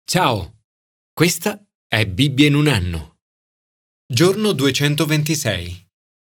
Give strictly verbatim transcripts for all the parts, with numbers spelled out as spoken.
Ciao, questa è Bibbia in un anno. Giorno duecentoventisei.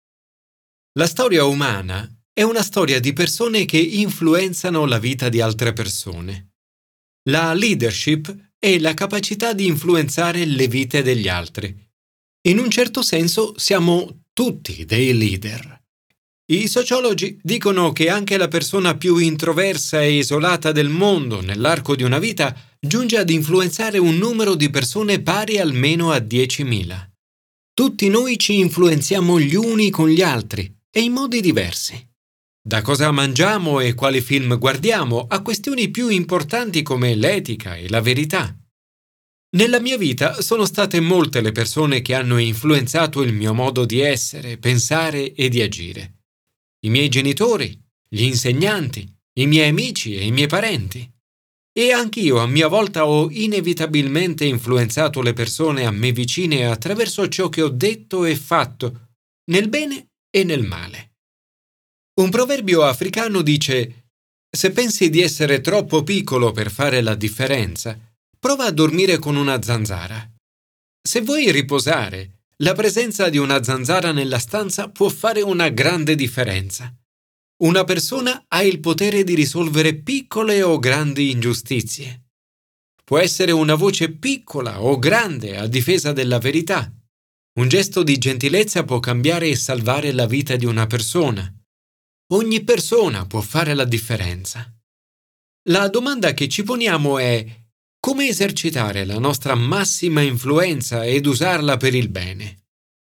La storia umana è una storia di persone che influenzano la vita di altre persone. La leadership è la capacità di influenzare le vite degli altri. In un certo senso siamo tutti dei leader. I sociologi dicono che anche la persona più introversa e isolata del mondo nell'arco di una vita giunge ad influenzare un numero di persone pari almeno a diecimila. Tutti noi ci influenziamo gli uni con gli altri e in modi diversi. Da cosa mangiamo e quali film guardiamo a questioni più importanti come l'etica e la verità. Nella mia vita sono state molte le persone che hanno influenzato il mio modo di essere, pensare e di agire. I miei genitori, gli insegnanti, i miei amici e i miei parenti. E anch'io a mia volta ho inevitabilmente influenzato le persone a me vicine attraverso ciò che ho detto e fatto, nel bene e nel male. Un proverbio africano dice: se pensi di essere troppo piccolo per fare la differenza, prova a dormire con una zanzara. Se vuoi riposare, la presenza di una zanzara nella stanza può fare una grande differenza. Una persona ha il potere di risolvere piccole o grandi ingiustizie. Può essere una voce piccola o grande a difesa della verità. Un gesto di gentilezza può cambiare e salvare la vita di una persona. Ogni persona può fare la differenza. La domanda che ci poniamo è: come esercitare la nostra massima influenza ed usarla per il bene?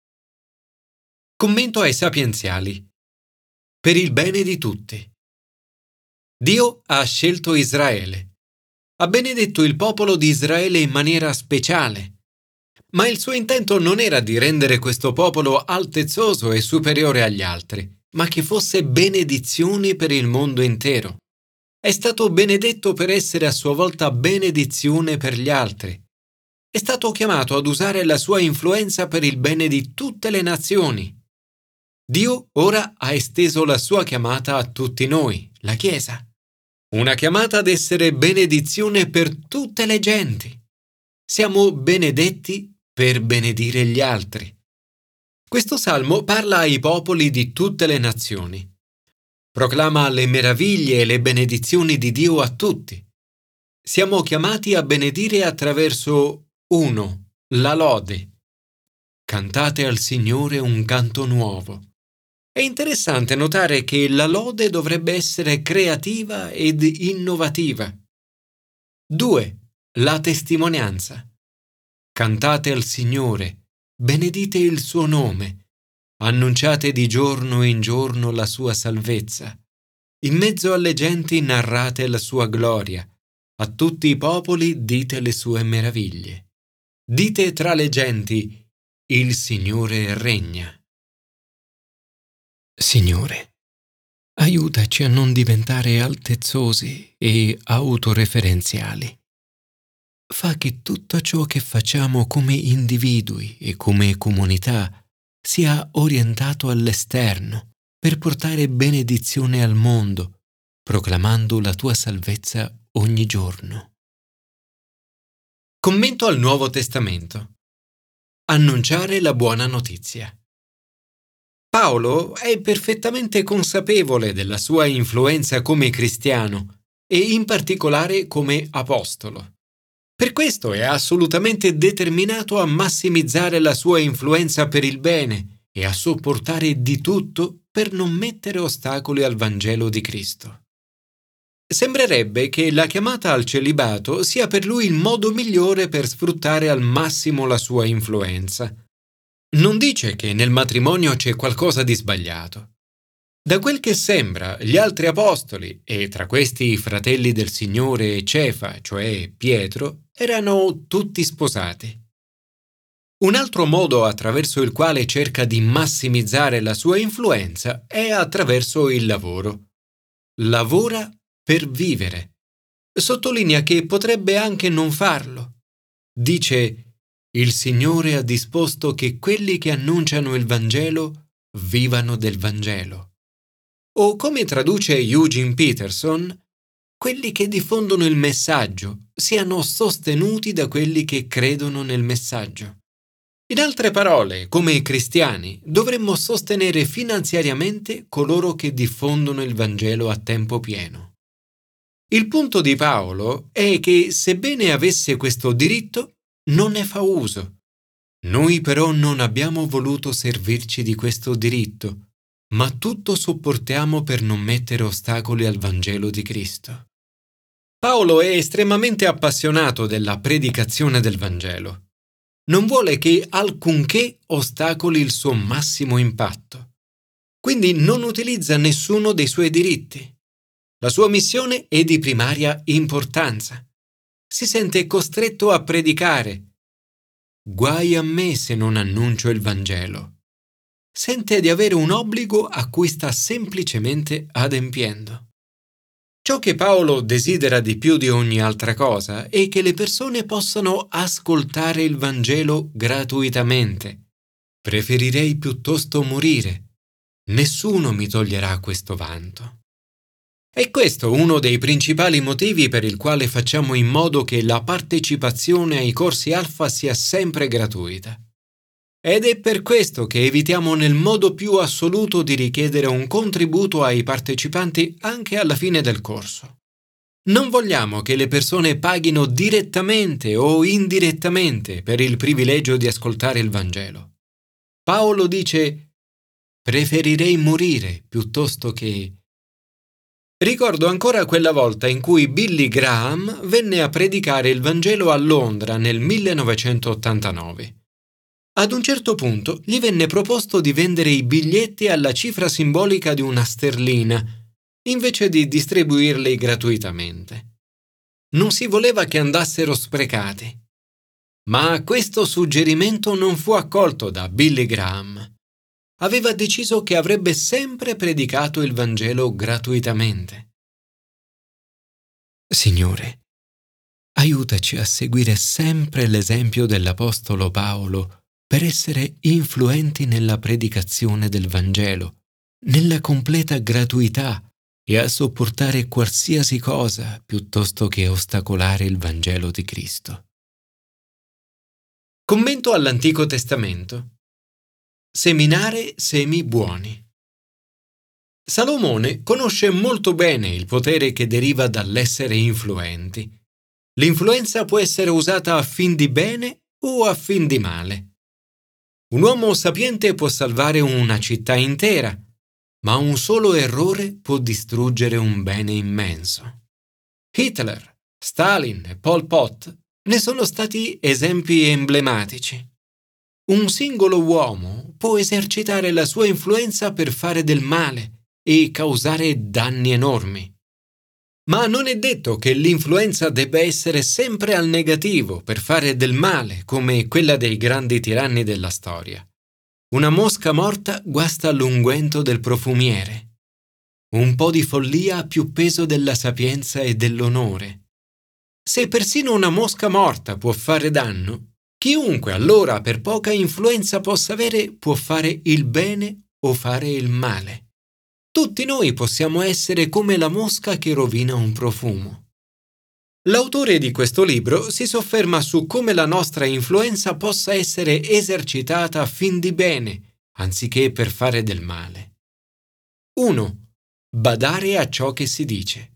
Commento ai sapienziali. Per il bene di tutti. Dio ha scelto Israele. Ha benedetto il popolo di Israele in maniera speciale. Ma il suo intento non era di rendere questo popolo altezzoso e superiore agli altri, ma che fosse benedizione per il mondo intero. È stato benedetto per essere a sua volta benedizione per gli altri. È stato chiamato ad usare la sua influenza per il bene di tutte le nazioni. Dio ora ha esteso la sua chiamata a tutti noi, la Chiesa. Una chiamata ad essere benedizione per tutte le genti. Siamo benedetti per benedire gli altri. Questo salmo parla ai popoli di tutte le nazioni. Proclama le meraviglie e le benedizioni di Dio a tutti. Siamo chiamati a benedire attraverso uno. La lode. Cantate al Signore un canto nuovo. È interessante notare che la lode dovrebbe essere creativa ed innovativa. due. La testimonianza. Cantate al Signore, benedite il suo nome. Annunciate di giorno in giorno la sua salvezza. In mezzo alle genti narrate la sua gloria. A tutti i popoli dite le sue meraviglie. Dite tra le genti: il Signore regna. Signore, aiutaci a non diventare altezzosi e autoreferenziali. Fa che tutto ciò che facciamo come individui e come comunità sia orientato all'esterno per portare benedizione al mondo, proclamando la tua salvezza ogni giorno. Commento al Nuovo Testamento. Annunciare la buona notizia. Paolo è perfettamente consapevole della sua influenza come cristiano e in particolare come apostolo. Per questo è assolutamente determinato a massimizzare la sua influenza per il bene e a sopportare di tutto per non mettere ostacoli al Vangelo di Cristo. Sembrerebbe che la chiamata al celibato sia per lui il modo migliore per sfruttare al massimo la sua influenza. Non dice che nel matrimonio c'è qualcosa di sbagliato. Da quel che sembra, gli altri apostoli, e tra questi i fratelli del Signore e Cefa, cioè Pietro, erano tutti sposati. Un altro modo attraverso il quale cerca di massimizzare la sua influenza è attraverso il lavoro. Lavora per vivere. Sottolinea che potrebbe anche non farlo. Dice: il Signore ha disposto che quelli che annunciano il Vangelo vivano del Vangelo. O come traduce Eugene Peterson, quelli che diffondono il messaggio siano sostenuti da quelli che credono nel messaggio. In altre parole, come cristiani, dovremmo sostenere finanziariamente coloro che diffondono il Vangelo a tempo pieno. Il punto di Paolo è che, sebbene avesse questo diritto, non ne fa uso. Noi però non abbiamo voluto servirci di questo diritto, ma tutto sopportiamo per non mettere ostacoli al Vangelo di Cristo. Paolo è estremamente appassionato della predicazione del Vangelo. Non vuole che alcunché ostacoli il suo massimo impatto. Quindi non utilizza nessuno dei suoi diritti. La sua missione è di primaria importanza. Si sente costretto a predicare. Guai a me se non annuncio il Vangelo. Sente di avere un obbligo a cui sta semplicemente adempiendo. Ciò che Paolo desidera di più di ogni altra cosa è che le persone possano ascoltare il Vangelo gratuitamente. Preferirei piuttosto morire. Nessuno mi toglierà questo vanto. È questo uno dei principali motivi per il quale facciamo in modo che la partecipazione ai corsi alfa sia sempre gratuita. Ed è per questo che evitiamo nel modo più assoluto di richiedere un contributo ai partecipanti anche alla fine del corso. Non vogliamo che le persone paghino direttamente o indirettamente per il privilegio di ascoltare il Vangelo. Paolo dice: preferirei morire piuttosto che... Ricordo ancora quella volta in cui Billy Graham venne a predicare il Vangelo a Londra nel millenovecentottantanove. Ad un certo punto gli venne proposto di vendere i biglietti alla cifra simbolica di una sterlina, invece di distribuirli gratuitamente. Non si voleva che andassero sprecati. Ma questo suggerimento non fu accolto da Billy Graham. Aveva deciso che avrebbe sempre predicato il Vangelo gratuitamente. Signore, aiutaci a seguire sempre l'esempio dell'Apostolo Paolo per essere influenti nella predicazione del Vangelo, nella completa gratuità e a sopportare qualsiasi cosa piuttosto che ostacolare il Vangelo di Cristo. Commento all'Antico Testamento. Seminare semi buoni. Salomone conosce molto bene il potere che deriva dall'essere influenti. L'influenza può essere usata a fin di bene o a fin di male. Un uomo sapiente può salvare una città intera, ma un solo errore può distruggere un bene immenso. Hitler, Stalin e Pol Pot ne sono stati esempi emblematici. Un singolo uomo può esercitare la sua influenza per fare del male e causare danni enormi. Ma non è detto che l'influenza debba essere sempre al negativo per fare del male, come quella dei grandi tiranni della storia. Una mosca morta guasta l'unguento del profumiere. Un po' di follia ha più peso della sapienza e dell'onore. Se persino una mosca morta può fare danno, chiunque allora per poca influenza possa avere può fare il bene o fare il male. Tutti noi possiamo essere come la mosca che rovina un profumo. L'autore di questo libro si sofferma su come la nostra influenza possa essere esercitata a fin di bene, anziché per fare del male. uno. Badare a ciò che si dice.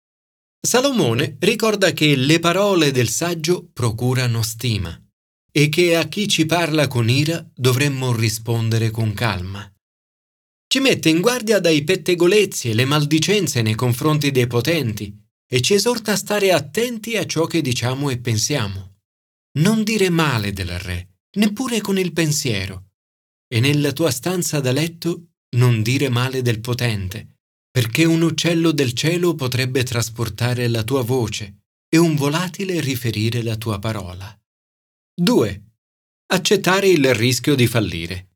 Salomone ricorda che le parole del saggio procurano stima e che a chi ci parla con ira dovremmo rispondere con calma. Ci mette in guardia dai pettegolezzi e le maldicenze nei confronti dei potenti e ci esorta a stare attenti a ciò che diciamo e pensiamo. Non dire male del re, neppure con il pensiero, e nella tua stanza da letto non dire male del potente, perché un uccello del cielo potrebbe trasportare la tua voce e un volatile riferire la tua parola. due. Accettare il rischio di fallire.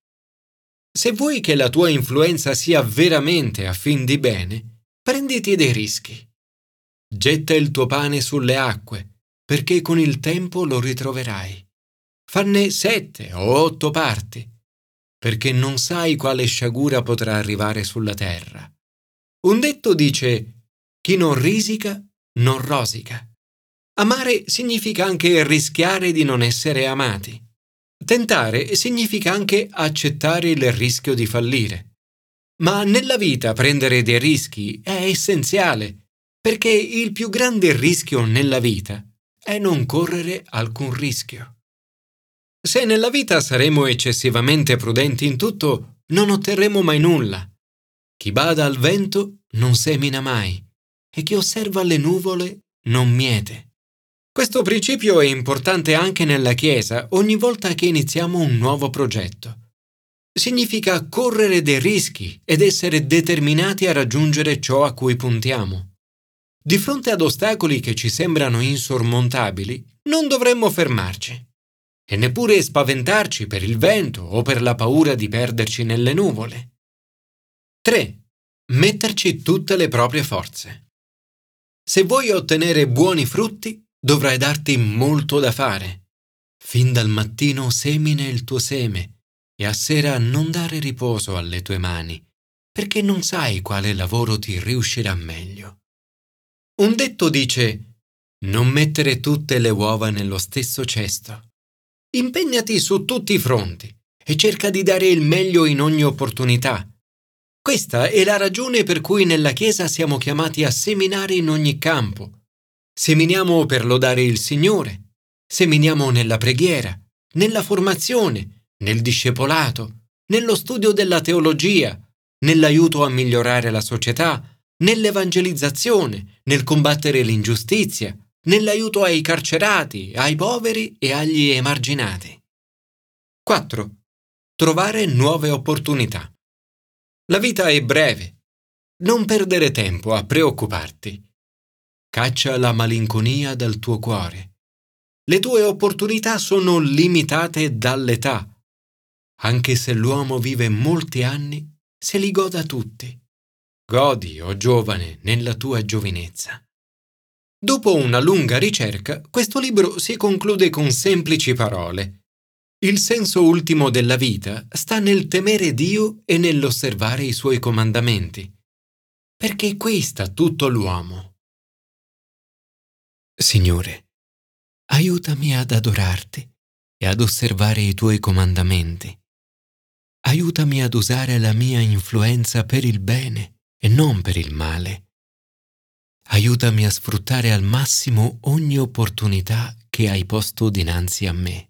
Se vuoi che la tua influenza sia veramente a fin di bene, prenditi dei rischi. Getta il tuo pane sulle acque, perché con il tempo lo ritroverai. Fanne sette o otto parti, perché non sai quale sciagura potrà arrivare sulla terra. Un detto dice: chi non risica non rosica. Amare significa anche rischiare di non essere amati. Tentare significa anche accettare il rischio di fallire. Ma nella vita prendere dei rischi è essenziale, perché il più grande rischio nella vita è non correre alcun rischio. Se nella vita saremo eccessivamente prudenti in tutto, non otterremo mai nulla. Chi bada al vento non semina mai, e chi osserva le nuvole non miete. Questo principio è importante anche nella Chiesa ogni volta che iniziamo un nuovo progetto. Significa correre dei rischi ed essere determinati a raggiungere ciò a cui puntiamo. Di fronte ad ostacoli che ci sembrano insormontabili, non dovremmo fermarci. E neppure spaventarci per il vento o per la paura di perderci nelle nuvole. tre. Metterci tutte le proprie forze. Se vuoi ottenere buoni frutti, dovrai darti molto da fare. Fin dal mattino semina il tuo seme e a sera non dare riposo alle tue mani, perché non sai quale lavoro ti riuscirà meglio. Un detto dice: non mettere tutte le uova nello stesso cesto. Impegnati su tutti i fronti e cerca di dare il meglio in ogni opportunità. Questa è la ragione per cui nella Chiesa siamo chiamati a seminare in ogni campo. Seminiamo per lodare il Signore, seminiamo nella preghiera, nella formazione, nel discepolato, nello studio della teologia, nell'aiuto a migliorare la società, nell'evangelizzazione, nel combattere l'ingiustizia, nell'aiuto ai carcerati, ai poveri e agli emarginati. quattro. Trovare nuove opportunità. La vita è breve. Non perdere tempo a preoccuparti. Caccia la malinconia dal tuo cuore. Le tue opportunità sono limitate dall'età. Anche se l'uomo vive molti anni, se li goda tutti. Godi, o giovane, nella tua giovinezza. Dopo una lunga ricerca, questo libro si conclude con semplici parole. Il senso ultimo della vita sta nel temere Dio e nell'osservare i suoi comandamenti, perché qui sta tutto l'uomo. Signore, aiutami ad adorarti e ad osservare i tuoi comandamenti. Aiutami ad usare la mia influenza per il bene e non per il male. Aiutami a sfruttare al massimo ogni opportunità che hai posto dinanzi a me.